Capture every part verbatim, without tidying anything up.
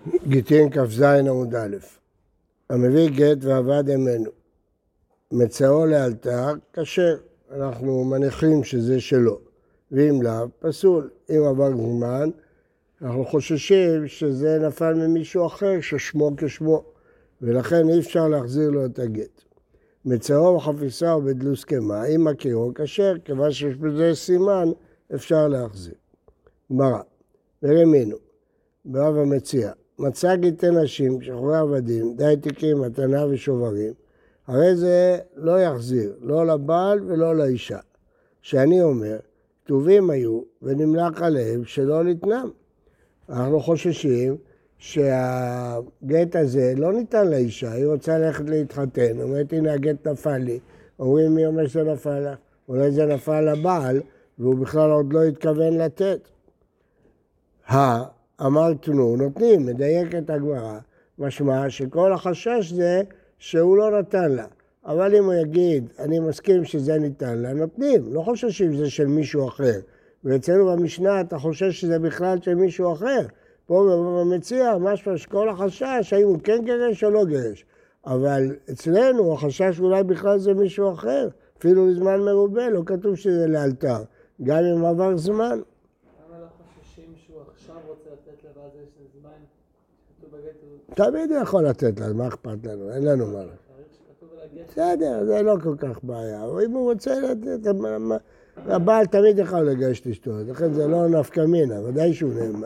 גיטין כ"ז עמוד א', המביא גט ועבד אמנו, מצאו לאלתר כשר, אנחנו מניחים שזה שלו, ואם לאו פסול. אם עבר זמן, אנחנו חוששים שזה נפל ממישהו אחר ששמו כשמו, ולכן אי אפשר להחזיר לו את הגט. מצאו בחפיסה או בדלוס קמה, אם מכירו כשר, כיוון שיש בזה סימן, אפשר להחזיר. גמרא, ורמינו, ברב המציע, מצא גיטי נשים, שחורי עבדים, די תיקים, מתנה ושוברים, הרי זה לא יחזיר, לא לבעל ולא לאישה. שאני אומר, כתובים היו ונמלך עליהם שלא לתנם. אנחנו חוששים שהגט הזה לא ניתן לאישה, היא רוצה ללכת להתחתן, אומרת הנה הגט נפל לי, אומרים מי אומר שזה נפל לה, אולי זה נפל לבעל והוא בכלל עוד לא התכוון לתת. הא, אמר תנו, נותנים, מדייק את הגמרא, משמע שכל החשש זה שהוא לא נתן לה. אבל אם הוא יגיד, אני מסכים שזה ניתן לה, נותנים, לא חוששים שזה של מישהו אחר. ואצלנו במשנה אתה חושש שזה בכלל של מישהו אחר. פה במציע, משמע שכל החשש, האם הוא כן גרש או לא גרש. אבל אצלנו החשש אולי בכלל זה מישהו אחר. אפילו לזמן מרובה, לא כתוב שזה לאלתר. גם אם עבר זמן. למה לא חוששים שהוא עכשיו רוצה לתת לה ואז יש זמן שכתוב בגט? תמיד הוא יכול לתת לה, מה אכפת לנו? אין לנו מה. בסדר, זה לא כל כך בעיה. אם הוא רוצה לתת, הבעל תמיד יכול לגרש את אשתו, לכן זה לא נפקא מינה, ודאי שהוא נאמן.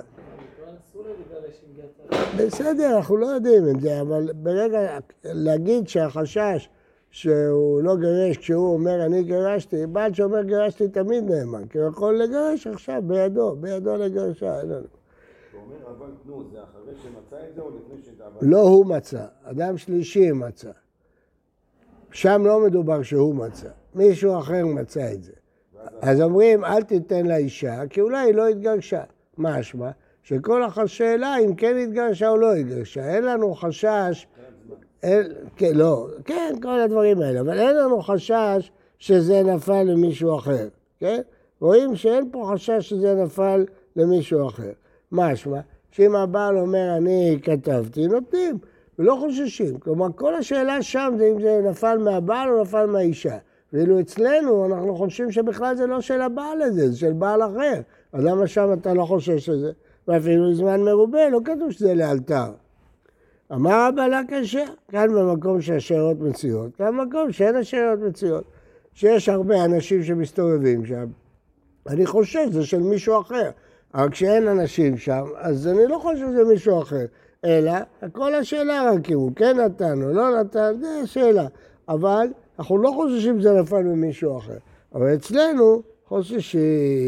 בסדר, אנחנו לא יודעים את זה, אבל ברגע להגיד שהחשש שהוא לא גרש כשהוא אומר אני גרשתי, בעל שאומר גרשתי תמיד נאמן, כי הוא יכול לגרש עכשיו בידו, בידו לגרשה, אין לנו. הוא אומר אבל תנו, זה אחרי שמצא את זה או לפני שדבר? לא הוא מצא, אדם שלישי מצא. שם לא מדובר שהוא מצא, מישהו אחר מצא את זה. אז אומרים אל תיתן לאישה, כי אולי היא לא התגרשה. מה אשמה? שכל השאלה אם כן התגרשה או לא התגרשה. אין לנו חשש, אין, כן, לא, כן, כל הדברים האלה, אבל אין לנו חשש שזה נפל למישהו אחר, כן? רואים שאין פה חשש שזה נפל למישהו אחר. מה אשמה? שאם הבעל אומר אני כתבתי, נותנים, ולא חוששים. כלומר, כל השאלה שם זה אם זה נפל מהבעל או נפל מהאישה. ואילו אצלנו אנחנו חושבים שבכלל זה לא של הבעל הזה, זה של בעל אחר. אז למה שם אתה לא חושש לזה? ואפילו זמן מרובה, לא כתוב שזה לאלתר. אמר הבעלה קשה, כאן במקום שהשאלות מציאות, כאן במקום שאין השאלות מציאות. שיש הרבה אנשים שמסתובבים שם, אני חושב שזה של מישהו אחר. אבל כשאין אנשים שם, אז אני לא חושב שזה מישהו אחר. אלא, כל השאלה רק אם הוא כן נתן או לא נתן, זה השאלה. אבל אנחנו לא חוששים שזה נפל ממישהו אחר. אבל אצלנו חוששים.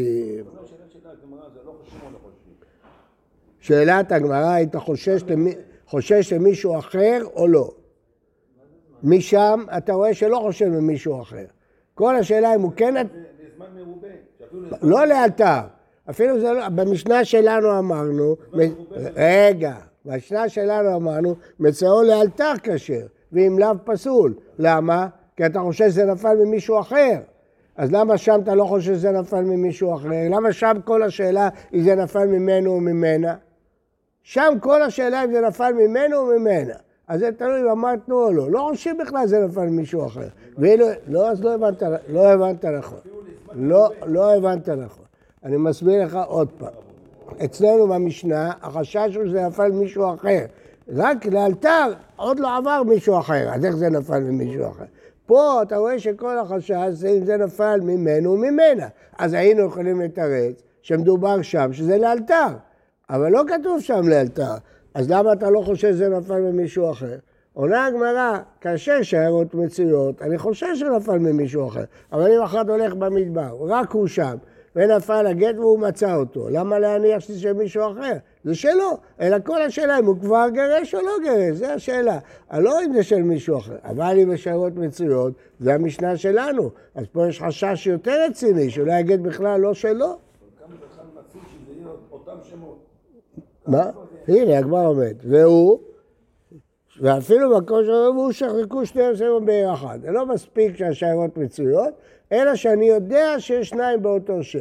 שאלת הגמרא, היית חושש, למי, חושש למישהו אחר או לא? משם אתה רואה שלא חושב למישהו אחר. כל השאלה אם הוא כן... בזמן מרובה. לא לאלתר. אפילו זה לא... במשנה שלנו אמרנו... רגע, במשנה שלנו אמרנו, מצאו לאלתר כשר, ואם לאו פסול. למה? כי אתה חושב שזה נפל ממישהו אחר. אז למה שם אתה לא חושב שזה נפל ממישהו אחר? למה שם כל השאלה אם זה נפל ממנו או ממנה? שם כל השאלה אם זה נפל ממנו או ממנה. אז זה תלוי אם אמרת או לא. לא חושב בכלל זה נפל ממישהו אחר. ואילו, לא, אז לא הבנת, לא הבנת נכון. לא, לא הבנת נכון. אני מסביר לך עוד פעם. אצלנו במשנה, החשש הוא שזה נפל ממישהו אחר. רק לאלתר עוד לא עבר מישהו אחר. אז איך זה נפל ממישהו אחר? פה אתה רואה שכל החשש זה אם זה נפל ממנו וממנה. אז היינו יכולים לתרץ שמדובר שם שזה לאלתר. אבל לא כתוב שם לאלתר. אז למה אתה לא חושב שזה נפל ממישהו אחר? עונה הגמרא, כאשר שיירות מצויות, אני חושב שנפל ממישהו אחר. אבל אם אחד הולך במדבר, רק הוא שם, ונפל הגט והוא מצא אותו. למה להניח שזה של מישהו אחר? זה שלו. אלא כל השאלה אם הוא כבר גרש או לא גרש, זה השאלה. לא אם זה של מישהו אחר. אבל אם השיירות מצויות, זה המשנה שלנו. אז פה יש חשש יותר רציני, שאולי הגט בכלל לא שלו. כמה בכלל מצוי שזה יהיה אותם שמות? מה? הנה, הגמרא עומד. והוא, ואפילו במקום שאומרים, הוא שחרקו שני שמות בעיר אחד. זה לא מספיק שהשיירות מצויות, אלא שאני יודע שיש שניים באותו שם.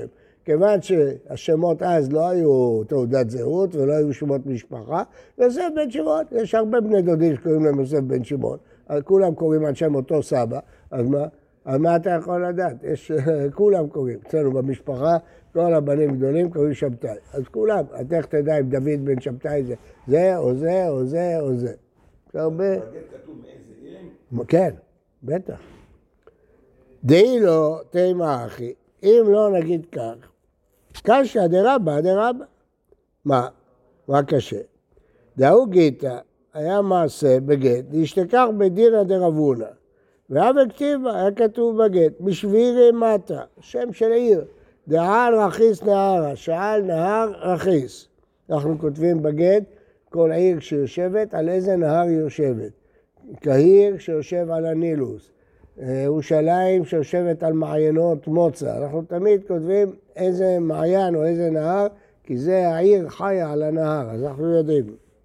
כיוון שהשמות אז לא היו תעודת זהות ולא היו שמות משפחה, יוסף בן שמעון, יש הרבה בני דודים שקוראים להם יוסף בן שמעון, כולם קוראים על שם אותו סבא, אז מה? אז מה אתה יכול לדעת? יש, כולם קוראים, אצלנו במשפחה, כל הבנים גדולים קוראים שבתאי, אז כולם, אז איך תדע אם דוד בן שבתאי זה זה או זה או זה או זה. הרבה... בגט כתוב מאיזה עיר הם? כן, בטח. דהי לו תימא אחי, אם לא נגיד כך, קשיא דרבא דרבא. מה? מה קשה? דאו גיתא, היה מעשה בגט, להשתכח בדינא דרב הונא. והווה כתיבא, היה כתוב בגט, בשבירי מטה, שם של עיר, דעל רכיס נהרה, שעל נהר רכיס. אנחנו כותבים בגט, כל עיר שיושבת, על איזה נהר היא יושבת. קהיר שיושב על הנילוס, ירושלים שיושבת על מעיינות מוצא. אנחנו תמיד כותבים איזה מעיין או איזה נהר, כי זה העיר חיה על הנהר, אז אנחנו יודעים.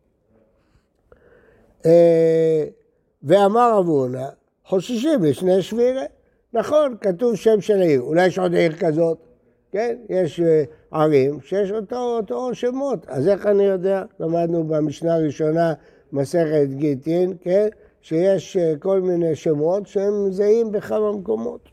ואמר רב הונא, חוששים לשני שבירי. נכון, כתוב שם של עיר, אולי יש עוד עיר כזאת, כן? יש ערים שיש אותו, אותו שמות, אז איך אני יודע? למדנו במשנה הראשונה, מסכת גיטין, כן? שיש כל מיני שמות שהם זהים בכמה מקומות.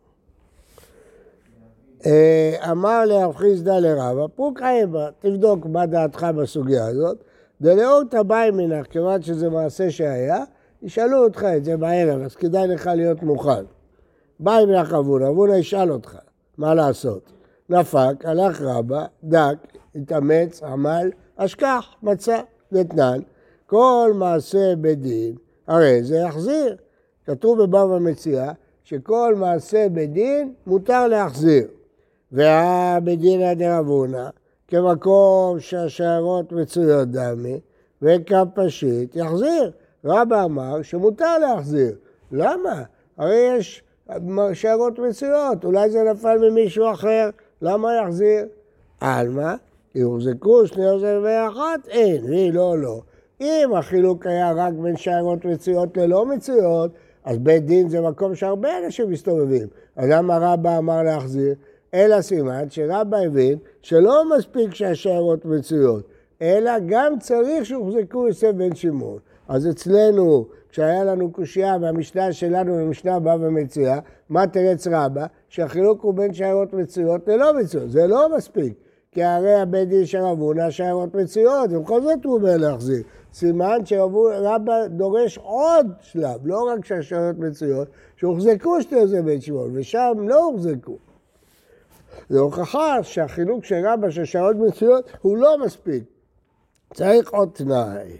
אמר לרב חיסדא לרבא, פוקא אבא, תבדוק מה דעתך בסוגיה הזאת, דלאור תבאי מנך, כיוון שזה מעשה שהיה, ישאלו אותך את זה בערב, אז כדאי לך להיות מוכן. באי מנך רב הונא, רב הונא ישאל אותך, מה לעשות? נפק, הלך רבא, דק, התאמץ, עמל, אשכח, מצא, דתנן, כל מעשה בדין, הרי זה יחזיר. כתוב בבבא מציעא שכל מעשה בדין מותר להחזיר. והבדינא דרב הונא, כמקום שהשערות מצויות דמי, וכפשיט יחזיר. רבא אמר שמותר להחזיר. למה? הרי יש שערות מצויות, אולי זה נפל ממישהו אחר, למה יחזיר? עלמא, יוחזקו שני עוזר ואחת, אין, והיא לא, לא. אם החילוק היה רק בין שערות מצויות ללא מצויות, אז בית דין זה מקום שהרבה אנשים מסתובבים. אז למה רבא אמר להחזיר? אלא סימן שרבא הבין שלא מספיק שהשערות מצויות, אלא גם צריך שהוחזקו יוסף בן שמעון. אז אצלנו, כשהיה לנו קושייה והמשנה שלנו במשנה בבא מציעא, מה תרץ רבא? שהחילוק הוא בין שערות מצויות ללא מצויות. זה לא מספיק, כי הרי הבית דין של רב הונא שערות מצויות, ובכל זאת הוא אומר להחזיר. סימן שרבא דורש עוד שלב, לא רק שהשערות מצויות, שהוחזקו שתי יוסף בן שמעון, ושם לא הוחזקו. זו הוכחה שהחילוק של רבא של שערות מצויות הוא לא מספיק. צריך עוד תנאי.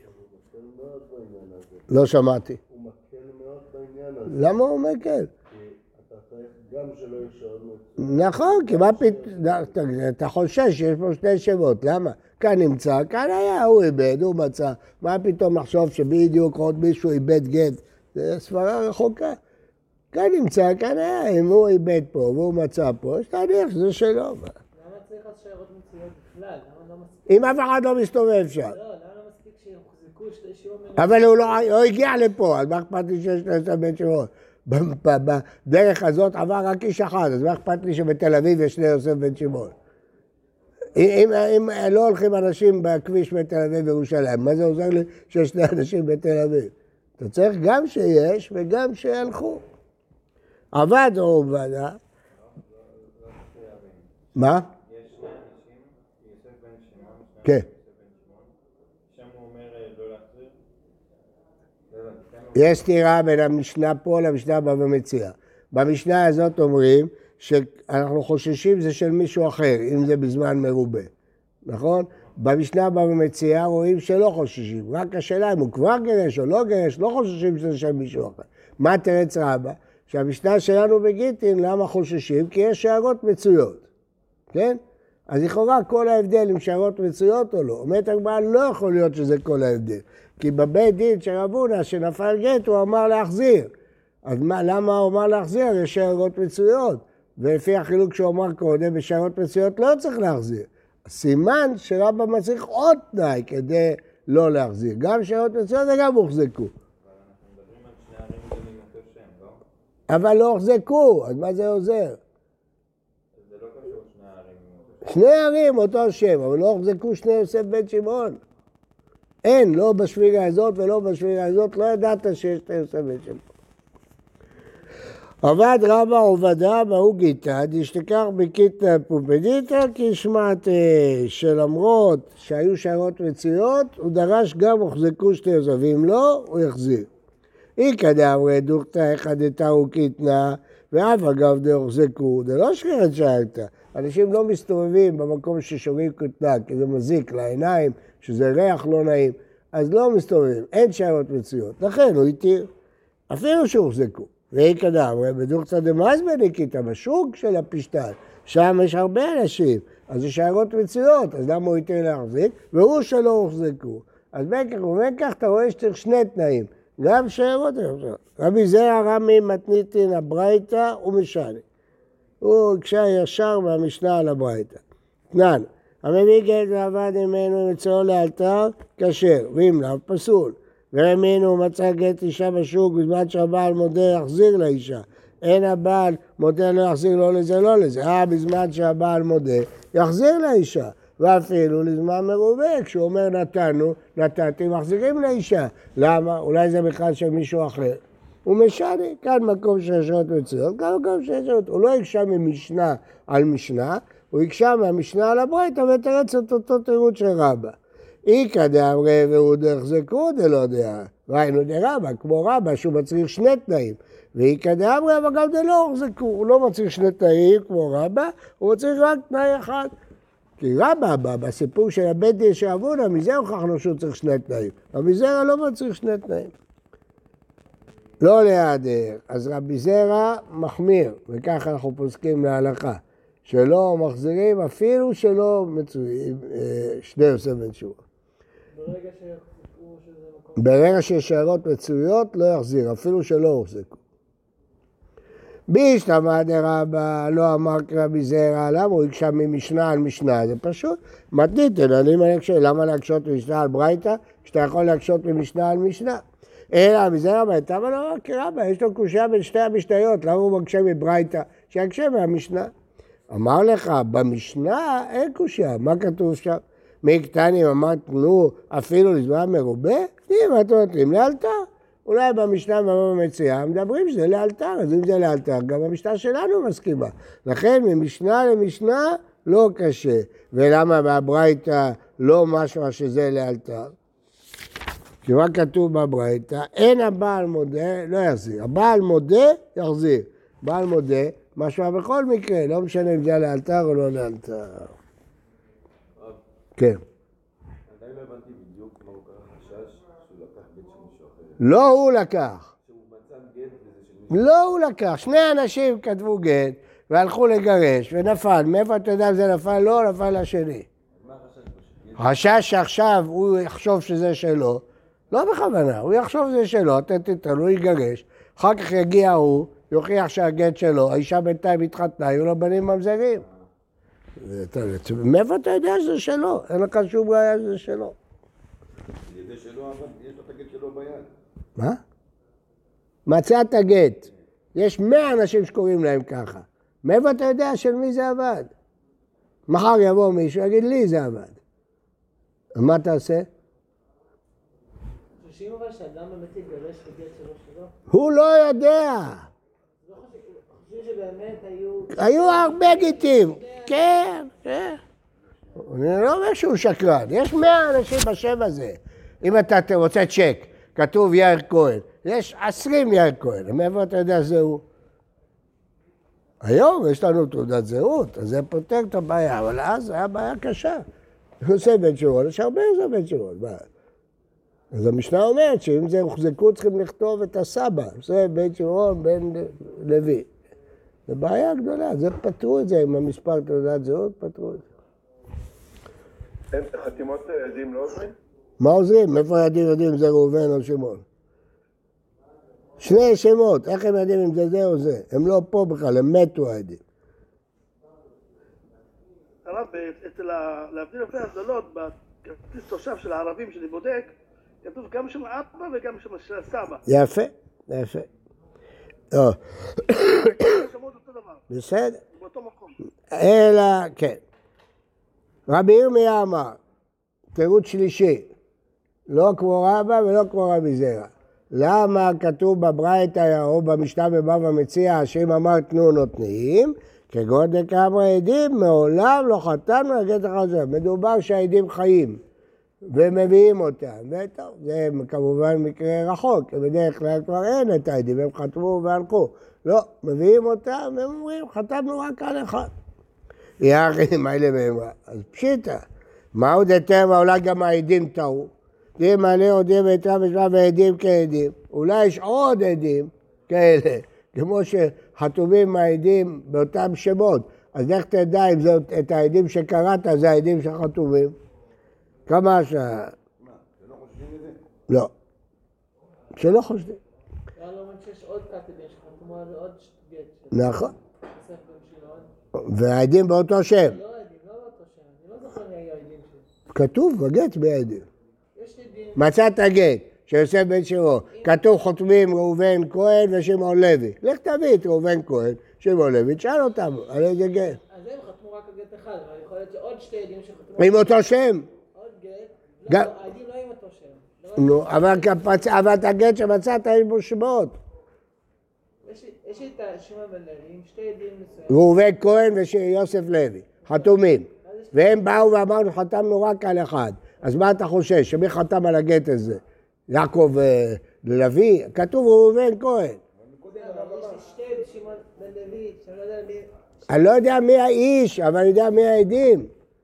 לא שמעתי. הוא מקל מאוד בעניין הזה. למה הוא מקל? כי אתה צריך גם שלא יש שערות מצויות. נכון, כי מה פתאום, אתה חושש שיש פה שני שמות, למה? כאן נמצא, כאן היה, הוא איבד, הוא מצא. מה פתאום לחשוב שבדיוק עוד מישהו איבד גט? זה סברה רחוקה. כאן נמצא, כאן היה, אם הוא איבד פה והוא מצא פה, יש תהליך, זה שלו. למה צריך אז שערות מצויות בכלל? למה לא מספיק? אם אף אחד לא מסתובב שם. לא, למה לא מספיק שיוחזקו שתי שיעור מנהל? אבל הוא לא, לא הגיע לפה, אז מה אכפת לי שיש לו בן שמעון? בדרך הזאת עבר רק איש אחד, אז מה אכפת לי שבתל אביב יש שני יוסף בן שמעון? אם, אם לא הולכים אנשים בכביש בתל אביב וירושלים, מה זה עוזר לי שיש שני אנשים בתל אביב? אתה צריך גם שיש וגם שהלכו. עבד או עובדה? מה? יש שני אנשים, יוסף בן שמעון, כן. שם הוא אומר לא להחזיר. יש סתירה בין המשנה פה למשנה בבא מציעא. במשנה הזאת אומרים שאנחנו חוששים זה של מישהו אחר, אם זה בזמן מרובה, נכון? במשנה בבא מציעא רואים שלא חוששים, רק השאלה אם הוא כבר גרש או לא גרש, לא חוששים שזה של מישהו אחר. מה תרץ רבא? שהמשנה שלנו בגיטין, למה חוששים? כי יש שערות מצויות, כן? אז לכאורה כל ההבדל עם שערות מצויות או לא. אומרת הגמרא, לא יכול להיות שזה כל ההבדל. כי בבית דין של רב הונא שנפל גט הוא אמר להחזיר. אז מה, למה הוא אמר להחזיר? יש שערות מצויות. ולפי החילוק שהוא אמר קודם, בשערות מצויות לא צריך להחזיר. סימן שרבא מצריך עוד תנאי כדי לא להחזיר. גם שערות מצויות וגם הוחזקו. אבל לא הוחזקו, אז מה זה עוזר? זה לא קשור שני הערים. שני ערים אותו שם, אבל לא הוחזקו שני יוסף בן שמעון. אין, לא בשבירה הזאת ולא בשבירה הזאת, לא ידעת שיש שני יוסף בן שמעון. עבד רבא עובדה בהוא גיתא, דשתכח בקיתנא פומפדיתא, כי שמעת שלמרות שהיו שערות מצויות, הוא דרש גם הוחזקו שתי יוסף, ואם לא, הוא יחזיר. איקא דאמרי דוכתא אחד דתאו קיתנא, ואף אגב דהוחזקו, זה לא שכרת שאלת. אנשים לא מסתובבים במקום ששורים כותנה, כי זה מזיק לעיניים, שזה ריח לא נעים, אז לא מסתובבים, אין שערות מצויות. לכן הוא התיר, אפילו שהוחזקו. ואיקא דאמרי בדוכתא דמזבא דקיתא, בשוק של הפשטן, שם יש הרבה אנשים, אז זה שערות מצויות, אז למה הוא התיר להחזיק? והוא שלא הוחזקו. אז בין כך ובין כך אתה רואה שצריך שני תנאים. גם שערות, רבי זרע רמי מתניתין הברייתא ומשנה. הוא הקשה ישר מהמשנה על הברייתא. תנן, המביא גט ועבד ממנו מצאו לאלתר, כשר, ואם לאו פסול. ורמינו מצא גט אישה בשוק, בזמן שהבעל מודה יחזיר לאישה. אין הבעל מודה לא יחזיר לא לזה לא לזה. אה, בזמן שהבעל מודה יחזיר לאישה. ואפילו לזמן מרובה, כשהוא אומר נתנו, נתתי, מחזירים לאישה. למה? אולי זה בכלל של מישהו אחר. הוא משנה, כאן מקום של שעות מצויות, כאן מקום של שעות. הוא לא יקשה ממשנה על משנה, הוא יקשה מהמשנה על הברייתא ותרץ את אותו תירוץ של רבא. איקא דאמרי והוא דהחזקו דלא דעה. ראינו דרבא, כמו רבא, שהוא מצריך שני תנאים. ואיקא דאמרי, אבל גם דלא הוחזקו. הוא לא מצריך שני תנאים כמו רבא, הוא מצריך רק תנאי אחד. כי רבא, בסיפור של הבית דין של אבונה, מזה הוכחנו שהוא צריך שני תנאים. רבי זרע לא מצריך שני תנאים. לא להיעדר. אז רבי זרע מחמיר, וככה אנחנו פוסקים להלכה, שלא מחזירים אפילו שלא מצויים שני יוסף בן שמעון. ברגע שיחזקו שזה מקום... ברגע ששערות מצויות לא יחזיר, אפילו שלא הוחזקו. בישתמא דרבא לא אמר כרבי זרע, למה הוא יקשה ממשנה על משנה? זה פשוט. מתניתין, אני מלקשה, למה להקשות ממשנה על ברייתא, כשאתה יכול להקשות ממשנה על משנה? אלא רבי זרע אמרת, אבל לא אמר כרבא, יש לו קושיה בין שתי המשניות, למה הוא מקשה מברייתא? שיקשה מהמשנה. אמר לך, במשנה אין קושיה, מה כתוב שם? מי קטנים אמרת, נו, אפילו לזמן מרובה? אם אתם נותנים לאלתר. אולי במשנה במציאה מדברים שזה לאלתר, אז אם זה לאלתר, גם המשנה שלנו מסכימה. לכן ממשנה למשנה לא קשה. ולמה בברייתא לא משהו שזה לאלתר? כי מה כתוב בברייתא? אין הבעל מודה, לא יחזיר. הבעל מודה, יחזיר. בעל מודה, משהו בכל מקרה, לא משנה אם זה לאלתר או לא לאלתר. כן. עדיין לא הבנתי בדיוק מה הוא קרא חשש שהוא לקח בית של מישהו אחר. לא הוא לקח. שהוא מצא גט וזה של מישהו. לא הוא לקח. שני אנשים כתבו גט והלכו לגרש ונפל. מאיפה אתה יודע אם זה נפל? לא, נפל לשני. מה החשש פשוט? חשש שעכשיו הוא יחשוב שזה שלו. לא בכוונה, הוא יחשוב שזה שלו, אתה תתן, הוא יגרש. אחר כך יגיע הוא, יוכיח שהגט שלו, האישה בינתיים התחתנה, היו לו בנים ממזרים. מאיפה אתה יודע שזה שלו? אין לך שום ראיה שזה שלו. זה שלו, אבל יש לו את הגט שלו ביד. מה? מצאת גט. יש מאה אנשים שקוראים להם ככה. מאיפה אתה יודע של מי זה עבד? מחר יבוא מישהו, יגיד לי זה עבד. מה תעשה? חושבים אבל שאדם באמת יגרש בגט שלו שלו? הוא לא יודע. לא חושבים שבאמת היו... היו הרבה גיטים. כן, כן. אני לא אומר שהוא שקרן. יש מאה אנשים בשם הזה. אם אתה רוצה צ'ק, כתוב יאיר כהן. יש עשרים יאיר כהן. מאיפה אתה יודע זהו? היום יש לנו תעודת זהות, אז זה פותר את הבעיה. אבל אז היה בעיה קשה. עושה בן שמעון, יש הרבה עושה בן שמעון. אז המשנה אומרת שאם זה הוחזקו צריכים לכתוב את הסבא. זה בן שמעון, בן לוי. זו בעיה גדולה, זה פתרו את זה עם המספר תעודת זהות, פתרו את זה. חתימות עדים לא עוזרים? מה עוזרים? מאיפה העדים יודעים אם זה ראובן או שמעון? שני שמות, איך הם יודעים אם זה זה או זה? הם לא פה בכלל, הם מתו העדים. הרב, אצל להבדיל אלפי הבדלות, בכרטיס תושב של הערבים שאני בודק, כתוב גם שם אבא וגם שם סבא. יפה, יפה. לא. שמות אותו דבר, בסדר. באותו מקום. אלא, כן. רבי ירמיה אמר, תירוץ שלישי, לא כמו רבא ולא כמו רבי זרע. למה כתוב בברייתא או במשנה בבבא מציעא שאם אמר תנו נותנים, כגון דקאמר עדים, מעולם לא חתמנו על גט אחד זה. מדובר שהעדים חיים ומביאים אותם. וטוב, זה כמובן מקרה רחוק, בדרך כלל כבר אין את העדים, הם חתמו והלכו. לא, מביאים אותם והם אומרים, חתמנו רק על אחד. יחי, מה אלה מאמרה? אז פשיטה. מהו דטבע, אולי גם העדים טעו. דין מעלה עודים ויתרה בשמה ועדים כעדים. אולי יש עוד עדים כאלה, כמו שחתומים העדים באותם שמות. אז איך תדע אם זאת את העדים שקראת, זה העדים שחתומים? כמה שעה? מה, זה לא חושבים את זה? לא. שלא חושבים. היה לו אומר שיש עוד כתבים שחתמו על עוד גט. נכון. בספר של עוד. והעדים באותו שם. לא עדים, לא באותו שם. אני לא זוכר מי היו העדים שלי. כתוב בגט בעדים. יש עדים. מצאת גט שיוסף בן שירו, כתוב חותמים ראובן כהן ושמעון לוי. לך תביא את ראובן כהן, שמעון לוי, תשאל אותם על איזה גט. אז הם חתמו רק על גט אחד, אבל יכול להיות שעוד שתי עדים שחתמו עם אותו שם. עוד גט. גם- לא, העדים לא עם אותו שם. לא, נו, אבל כפצ- אבל את הגט שמצאת עם בו שמות. יש לי- יש לי את שמעון בן לוי עם שתי עדים מסוימים. ראובן כהן ויוסף לוי, חתומים. והם באו ואמרנו, חתמנו רק על אחד. אז מה אתה חושש? שמי חתם על הגט הזה? יעקב אה, לוי? כתוב ראובן כהן. אבל יש לי שתי שמעון בן לוי, שאני לא יודע מי... אני לא יודע מי האיש, אבל אני יודע מי העדים.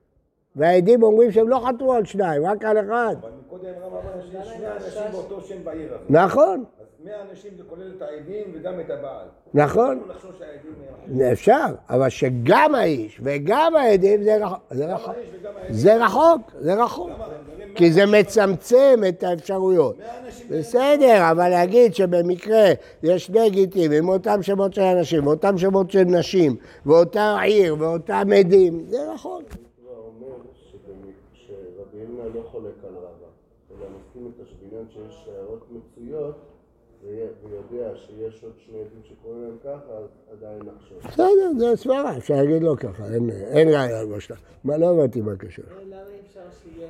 והעדים אומרים שהם לא חתמו על שניים, רק על אחד. אבל מקודם רב אמר שיש שני אנשים באותו שם בעיר הזאת. נכון, אז מאה אנשים זה כולל את העדים וגם את הבעל. נכון. אנחנו נחשוב שהעדים... אפשר, אבל שגם האיש וגם העדים זה רחוק. זה רחוק. האיש וגם העדים. זה רחוק, זה רחוק. למה? הם גרים כי זה מצמצם את האפשרויות. מאה אנשים... בסדר, אבל להגיד שבמקרה יש שני גיטים עם אותם שמות של אנשים, ואותם שמות של נשים, ואותה עיר, ואותם עדים, זה נכון. הוא אומר שבמ- שרבי ירמיה לא חולק על רבא, אלא מסכים את השבניין שיש הערות מצויות, ויה- ויודע שיש עוד שני עדים שקוראים להם ככה, אז עדיין נחשוב. בסדר, זה סברה, אפשר להגיד לא ככה, אין- אין ראיה על מה שאתה. מה, לא הבנתי מה קשור. למה אי אפשר שיהיה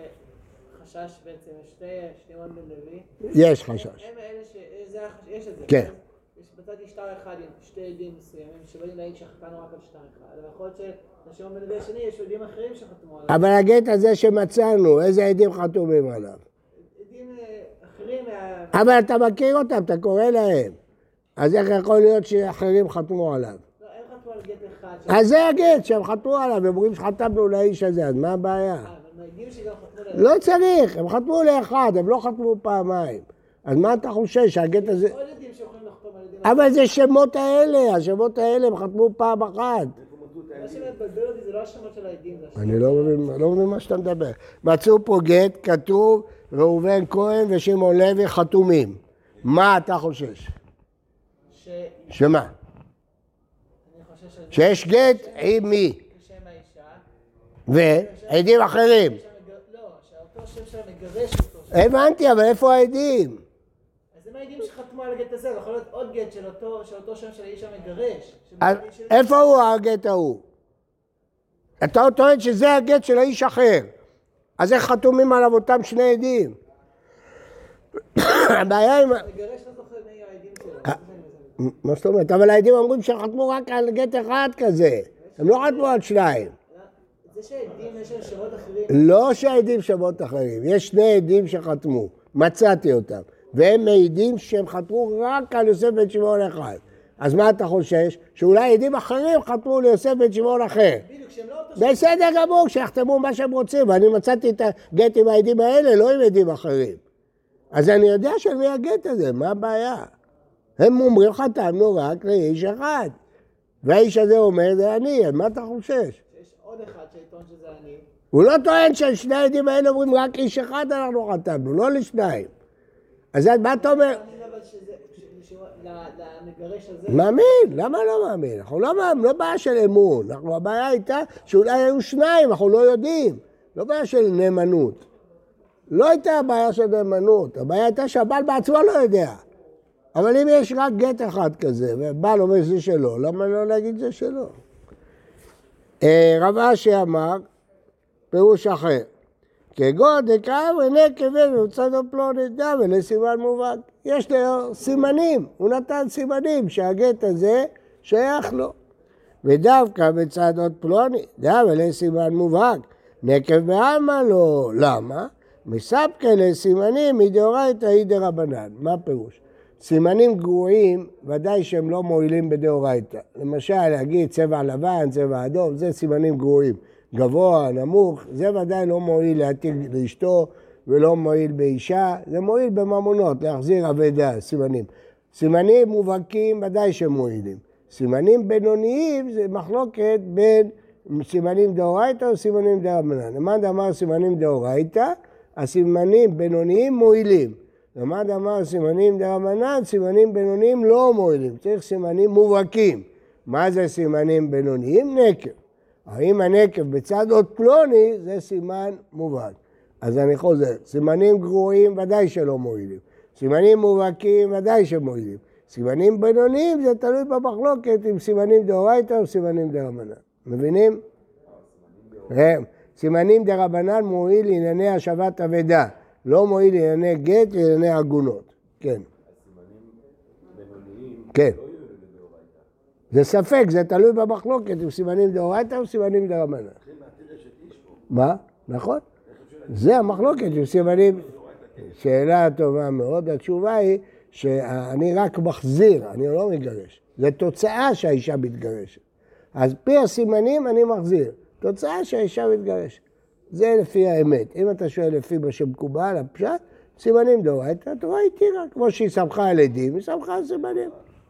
חשש בעצם, שתי שמעון בן לוי? יש חשש. הם אלה ש... זה החש- יש את זה. כן. יש בצד שטר אחד עם שתי עדים מסוימים, שבאים להעיד שחתנו רק על שטר אחד, אבל יכול להיות שלשמעון בן לוי השני יש עדים אחרים שחתמו עליו. אבל הגט הזה שמצאנו, איזה עדים חתומים עליו? עדים אה, אחרים מה... אבל אתה מכיר אותם, אתה קורא להם. אז איך יכול להיות שאחרים חתמו עליו? לא, הם חתמו על גט אחד. ש- אז זה הגט שהם חתמו עליו, הם אומרים שחתמנו לאיש הזה, אז מה הבעיה? אה, אבל מעידים שגם חתמו עליו. לא צריך, הם חתמו לאחד, הם לא חתמו פעמיים. אז מה אתה חושב, שהגט הזה... עוד עדים שיכולים לחתום על עדים. אבל זה שמות האלה, השמות האלה הם חתמו פעם אחת. מה שמתבלבל אותי זה לא השמות של העדים. זה אני לא מבין, לא מבין מה שאתה מדבר. מצאו פה גט, כתוב ראובן כהן ושמעון לוי חתומים. מה אתה חושש? ש... שמה? אני חושב שזה... שיש גט עם מי? כשם האישה. ועדים אחרים. שהמגר- לא, שאותו שם שלה מגרש אותו. הבנתי, אבל איפה העדים? אז הם העדים שחתמו על הגט הזה, יכול להיות עוד גט של אותו, של אותו שם של האיש המגרש. אז שמגרש את- איפה הוא הגט ההוא? אתה טוען שזה הגט של האיש אחר. אז איך חתומים עליו אותם שני עדים? הבעיה עם... מגרש לא זוכר מי העדים שלו. מה זאת אומרת? אבל העדים אומרים שחתמו רק על גט אחד כזה. הם לא חתמו על שניים. זה שהעדים יש להם שמות אחרים, לא שהעדים שמות אחרים. יש שני עדים שחתמו. מצאתי אותם. והם מעידים שהם חתמו רק על יוסף בן שמעון אחד. אז מה אתה חושש? שאולי עדים אחרים חתמו ליוסף בן שמעון אחר. בדיוק, שהם לא אותו שם. בסדר גמור, שיחתמו מה שהם רוצים. ואני מצאתי את הגט עם העדים האלה, לא עם עדים אחרים. אז אני יודע של מי הגט הזה, מה הבעיה? הם אומרים, חתמנו רק לאיש אחד. והאיש הזה אומר, זה אני, אז מה אתה חושש? שיש עוד אחד שיטעון שזה אני. הוא לא טוען ששני העדים האלה אומרים, רק איש אחד אנחנו חתמנו, לא לשניים. אז מה אתה אומר? אני אבל שזה, ש- ש- ל- למגרש הזה, מאמין, למה לא מאמין? אנחנו לא מאמין, לא בעיה של אמון. אנחנו, הבעיה הייתה שאולי היו שניים, אנחנו לא יודעים. לא בעיה של נאמנות. לא הייתה בעיה של נאמנות, הבעיה הייתה שהבעל בעצמו לא יודע. אבל אם יש רק גט אחד כזה, ובעל אומר שזה שלו, למה לא להגיד זה שלו? אה, רב אשי אמר, פירוש אחר. כגון דקאם נקב ובצדו פלוני דם ולסימן מובהק. יש לו סימנים, הוא נתן סימנים שהגט הזה שייך לו. ודווקא בצד עוד פלוני, דם ולסימן מובהק. נקב בעלמא לא. למה? מספקא לסימנים מדאורייתא היא דרבנן. מה הפירוש? סימנים גרועים, ודאי שהם לא מועילים בדאורייתא. למשל, להגיד צבע לבן, צבע אדום, זה סימנים גרועים. גבוה, נמוך, זה ודאי לא מועיל להתיג לאשתו ולא מועיל באישה, זה מועיל בממונות, להחזיר אבדה, סימנים. סימנים מובהקים ודאי שהם מועילים. סימנים בינוניים זה מחלוקת בין סימנים דאורייתא או סימנים דרבנן. למד אמר סימנים דאורייתא, הסימנים בינוניים מועילים. למד אמר סימנים דרבנן, סימנים בינוניים לא מועילים. צריך סימנים מובהקים. מה זה סימנים בינוניים? נקב. האם הנקב בצד עוד פלוני זה סימן מובהק. אז אני חוזר, סימנים גרועים ודאי שלא מועילים. סימנים מובהקים ודאי שמועילים. סימנים בינוניים זה תלוי במחלוקת עם סימנים דאורייתא או סימנים דרבנן. מבינים? סימנים דרבנן מועיל לענייני השבת אבדה, לא מועיל לענייני גט לענייני עגונות. כן. הסימנים בינוניים כן. לא יהיו לדאורייתא. זה ספק, זה תלוי במחלוקת עם סימנים דאורייתא או סימנים דרבנן. מה? נכון? זה המחלוקת עם סימנים. שאלה טובה מאוד, התשובה היא שאני רק מחזיר, אני לא מגרש. זה תוצאה שהאישה מתגרשת. אז פי הסימנים אני מחזיר, תוצאה שהאישה מתגרשת. זה לפי האמת. אם אתה שואל לפי מה שמקובל, הפשט, סימנים דאורייתא, התורה התירה, כמו שהיא סמכה על עדים, היא סמכה על סימנים.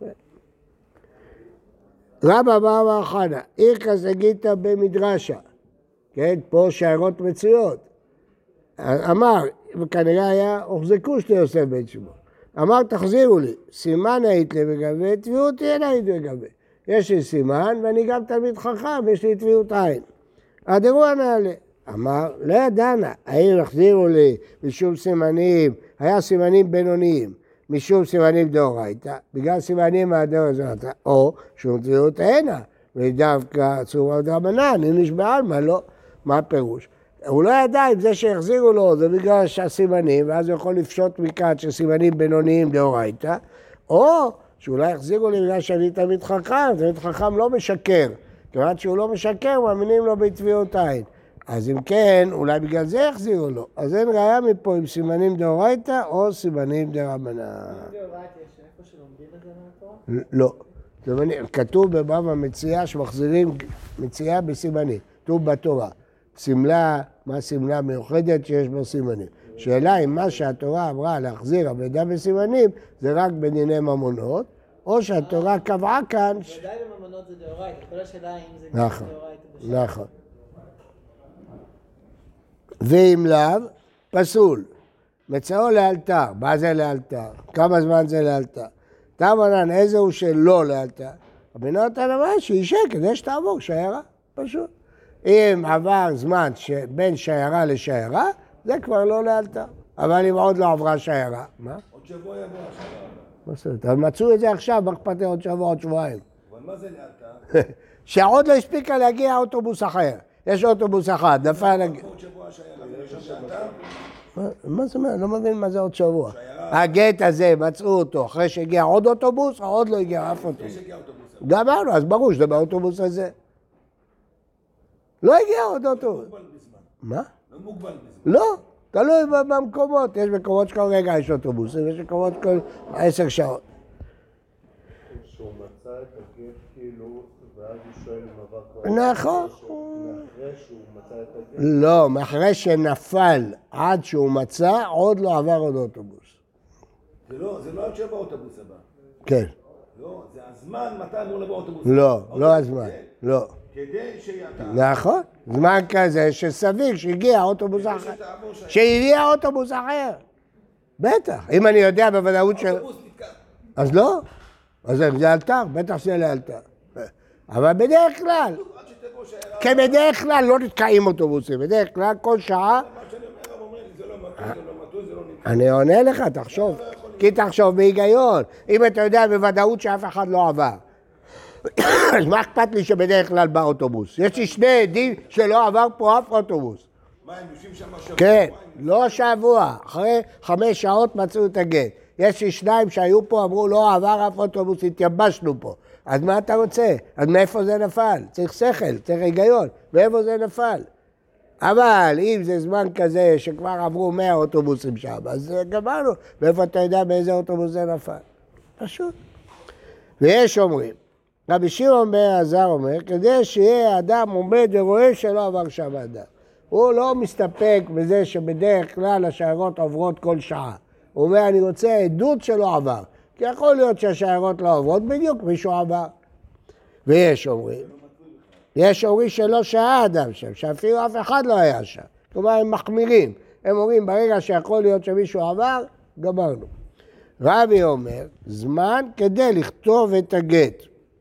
רבא בר חנא, איכא סגיתא במדרשה, כן, פה שיירות מצויות. אמר, וכנראה היה, הוחזקו שני יוסף בן שמעון. אמר, תחזירו לי, סימן היית לי בגבי, תביאו אותי אין היית בגבי. יש לי סימן, ואני גם תלמיד חכם, יש לי תביעות עין. אדרו הנעלה. אמר, לא ידענה, האם החזירו לי משום סימנים, היה סימנים בינוניים, משום סימנים דאורייתא, בגלל סימנים מהדאורייתא, או שום תביעות עינה, ודווקא צורה דרבנן, אם נשבע עלמא, לא. מה הפירוש? הוא לא ידע אם זה שהחזירו לו, זה בגלל שהסימנים, ואז הוא יכול לפשוט מכאן שסימנים בינוניים דאורייתא, או שאולי החזירו לי בגלל שאני תמיד חכם, תמיד חכם לא משקר, כיוון שהוא לא משקר, מאמינים לו בתביעות עין. אז אם כן, אולי בגלל זה החזירו לו. אז אין ראיה מפה עם סימנים דאורייתא או סימנים דרבנן. דאורייתא יש איפה שלומדים את זה מהתורה? לא. כתוב בבבא מציעא שמחזירים מציעא בסימנים. כתוב בתורה. סמלה, מה סמלה מיוחדת שיש בה סימנים. שאלה אם מה שהתורה אמרה להחזיר אבדה בסימנים, זה רק בדיני ממונות, או שהתורה קבעה כאן... ודאי בממונות זה דאורייתא, כל השאלה אם זה נכון, דאורייתא. נכון. ואם לאו, פסול. מצאו לאלתר. מה זה לאלתר? כמה זמן זה לאלתר? תמנן, איזה הוא שלא לאלתר? הבינות הנמה שישה כדי שתעבור שיירה, פשוט. אם עבר זמן בין שיירה לשיירה, זה כבר לא לאלתר. אבל אם עוד לא עברה שיירה, מה? עוד שבוע יבוא השיירה. מה זאת? אז מצאו את זה עכשיו, מה אכפת לי עוד שבוע, עוד שבועיים. אבל מה זה לאלתר? שעוד לא הספיקה להגיע אוטובוס אחר. יש אוטובוס אחד, נפל... עוד שבוע השיירה, זה נשאר לאלתר? מה זה, לא מבין מה זה עוד שבוע. הגט הזה, מצאו אותו, אחרי שהגיע עוד אוטובוס, או עוד לא הגיע אף אוטובוס. יש הגיע אוטובוס. גמרנו, אז ברור שזה באוטובוס הזה. לא הגיע עוד אוטובוס. מוגבל בזמן. מה? לא מוגבל בזמן. לא, תלוי במקומות. יש מקומות שכל רגע יש אוטובוסים, יש מקומות כל עשר שעות. שהוא מצא את הגט כאילו, ואז הוא שואל אם עבר כבר... נכון. מאחרי שהוא מצא את הגט... לא, מאחרי שנפל עד שהוא מצא, עוד לא עבר עוד אוטובוס. זה לא, זה לא עד שבא האוטובוס הבא. כן. לא, זה הזמן מתי אמור לבוא האוטובוס. לא, לא הזמן. לא. כדי שאתה... נכון. זמן כזה שסביב שהגיע אוטובוס אחר. שהגיע אוטובוס אחר. בטח. אם אני יודע בוודאות של... האוטובוס נתקע. אז לא. אז זה לאלתר, בטח שזה לאלתר. אבל בדרך כלל, עד שתבוא שיירה... כבדרך כלל לא נתקעים אוטובוסים. בדרך כלל כל שעה... מה שאני אומר, הוא אומר לי, זה לא מטוס, זה לא מטוס, זה לא נתקע. אני עונה לך, תחשוב. כי תחשוב בהיגיון. אם אתה יודע בוודאות שאף אחד לא עבר. אז מה אכפת לי שבדרך כלל באוטובוס? יש לי שני עדים שלא עבר פה אף אוטובוס. מה, הם יושבים שם שבוע? כן, לא שבוע, אחרי חמש שעות מצאו את הגט. יש לי שניים שהיו פה, אמרו לא עבר אף אוטובוס, התייבשנו פה. אז מה אתה רוצה? אז מאיפה זה נפל? צריך שכל, צריך היגיון, מאיפה זה נפל? אבל אם זה זמן כזה שכבר עברו מאה אוטובוסים שם, אז גמרנו, ואיפה אתה יודע באיזה אוטובוס זה נפל? פשוט. ויש אומרים, רבי שמעון בן אלעזר אומר, כדי שיהיה אדם עומד ורואה שלא עבר שם אדם. הוא לא מסתפק בזה שבדרך כלל השיירות עוברות כל שעה. הוא אומר, אני רוצה עדות שלא עבר. כי יכול להיות שהשיירות לא עוברות, בדיוק מישהו עבר. ויש אומרים, יש אומרים שלא שעה אדם שם, שאפילו אף אחד לא היה שם. כלומר, הם מחמירים. הם אומרים, ברגע שיכול להיות שמישהו עבר, גמרנו. רבי אומר, זמן כדי לכתוב את הגט.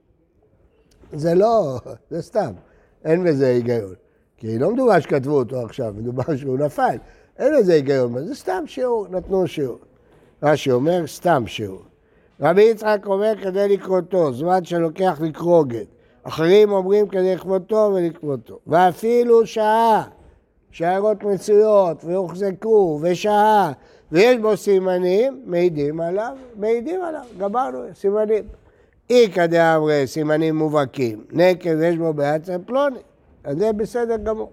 זה לא, זה סתם, אין בזה היגיון. כי לא מדובר שכתבו אותו עכשיו, מדובר שהוא נפל. אין בזה היגיון, זה סתם שיעור, נתנו שיעור. רש"י אומר, סתם שיעור. רבי יצחק אומר כדי לקרותו, זמן שלוקח לקרוא גט. אחרים אומרים כדי לכבותו ולקבותו. ואפילו שעה, שיירות מצויות והוחזקו ושעה, ויש בו סימנים, מעידים עליו, מעידים עליו, גמרנו, סימנים. איקא דאמרי, סימנים מובהקים, נקב יש בו בעצם פלוני, אז זה בסדר גמור.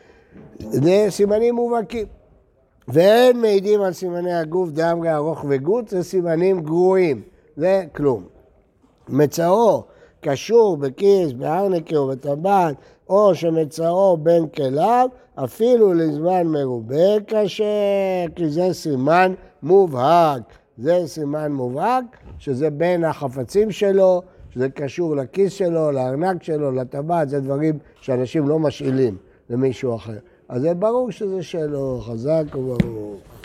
זה סימנים מובהקים. ואין מעידים על סימני הגוף דאמרי ארוך וגוץ, זה סימנים גרועים, זה כלום. מצאו קשור בכיס, בארנקה או בטבעת, או שמצאו בין כליו, אפילו לזמן מרובה קשה, כי זה סימן מובהק. זה סימן מובהק, שזה בין החפצים שלו, שזה קשור לכיס שלו, לארנק שלו, לטבעת, זה דברים שאנשים לא משאילים למישהו אחר. אז זה ברור שזה שלו, חזק וברור.